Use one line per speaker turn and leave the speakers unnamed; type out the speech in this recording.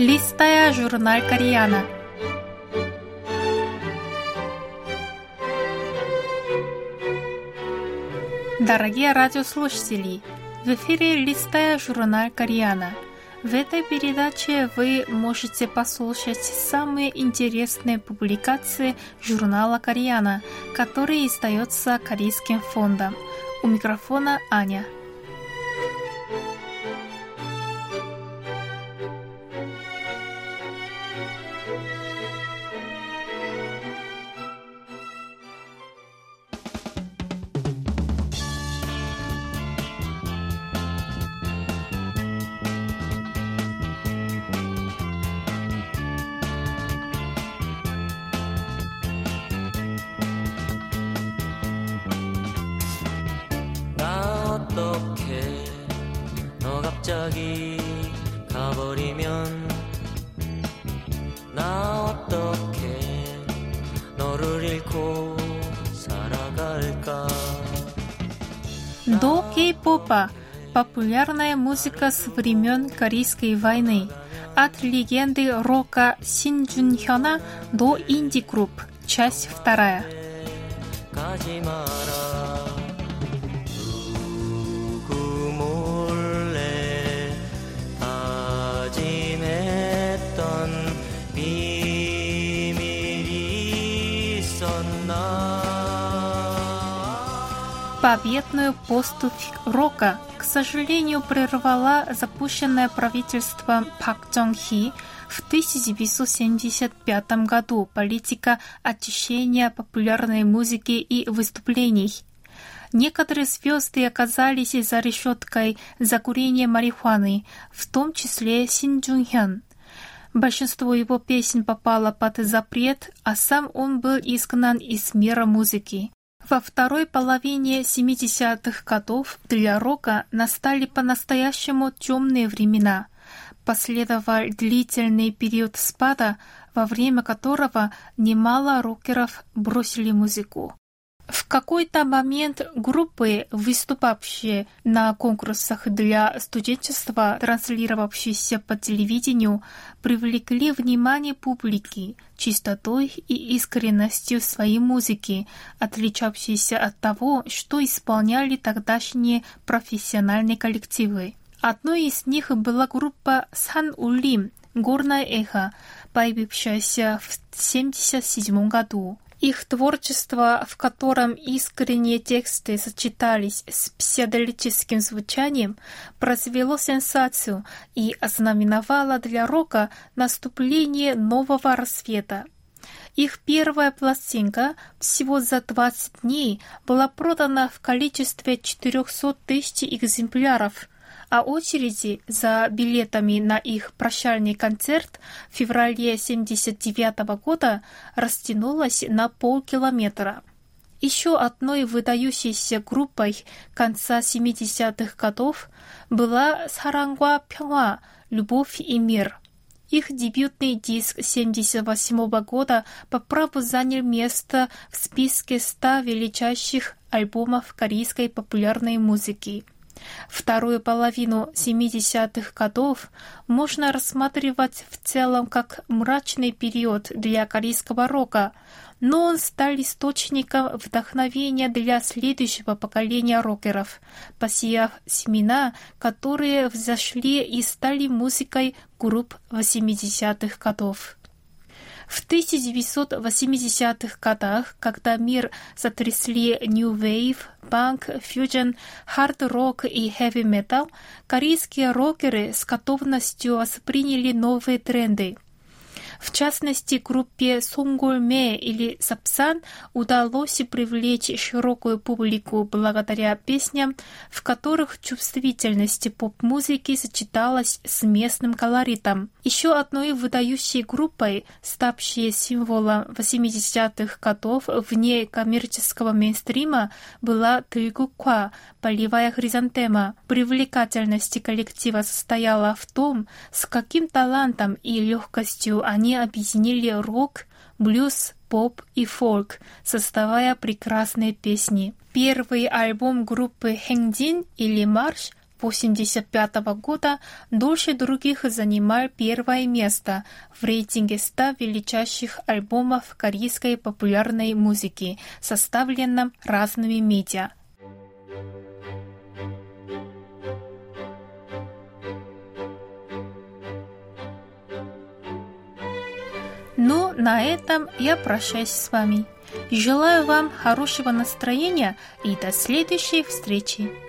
Листая журнал «Кореяна». Дорогие радиослушатели, в эфире «Листая журнал «Кореяна». В этой передаче вы можете послушать самые интересные публикации журнала «Кореяна», который издается Корейским фондом. У микрофона Аня.
어떻게 너 갑자기 가버리면 나 어떻게 너를 잃고 살아갈까.
До кей-попа – популярная музыка с времен Корейской войны. От легенды рока Син Джун Хёна до инди-групп. Часть 2.
가지 마라. 누구 몰래 다짐했던 비밀이 있었나.
Победную поступь рока, к сожалению, прервала запущенное правительством Пак Чон Хи в 1975 году политика очищения популярной музыки и выступлений. Некоторые звезды оказались за решеткой за курение марихуаны, в том числе Син Джун Хён. Большинство его песен попало под запрет, а сам он был изгнан из мира музыки. Во второй половине 70-х годов для рока настали по-настоящему темные времена. Последовал длительный период спада, во время которого немало рокеров бросили музыку. В какой-то момент группы, выступавшие на конкурсах для студенчества, транслировавшиеся по телевидению, привлекли внимание публики чистотой и искренностью своей музыки, отличавшейся от того, что исполняли тогдашние профессиональные коллективы. Одной из них была группа Сан Улим «Горное эхо», появившаяся в 1977 году. Их творчество, в котором искренние тексты сочетались с психоделическим звучанием, произвело сенсацию и ознаменовало для рока наступление нового рассвета. Их первая пластинка всего за 20 дней была продана в количестве 400 тысяч экземпляров, а очереди за билетами на их прощальный концерт в феврале 1979 года растянулась на полкилометра. Еще одной выдающейся группой конца 70-х годов была «Сарангва Пёнга» «Любовь и мир». Их дебютный диск 1978 года по праву занял место в списке 100 величайших альбомов корейской популярной музыки. Вторую половину 70-х годов можно рассматривать в целом как мрачный период для корейского рока, но он стал источником вдохновения для следующего поколения рокеров, посеяв семена, которые взошли и стали музыкой групп 80-х годов. В 1980-х годах, когда мир сотрясли New Wave, панк, фьюжн, хард-рок и хэви-метал, корейские рокеры с готовностью восприняли новые тренды. В частности, группе Сонгольме или Сапсан удалось привлечь широкую публику благодаря песням, в которых чувствительность поп-музыки сочеталась с местным колоритом. Еще одной выдающей группой, ставшей символом 80-х годов вне коммерческого мейнстрима, была Тылгуква, полевая хризантема. Привлекательность коллектива состояла в том, с каким талантом и легкостью они объединили рок, блюз, поп и фолк, создавая прекрасные песни. Первый альбом группы «Хэнджин» или «Марш» 1985 года дольше других занимал первое место в рейтинге 100 величайших альбомов корейской популярной музыки, составленном разными медиа. Ну, на этом я прощаюсь с вами. Желаю вам хорошего настроения и до следующей встречи.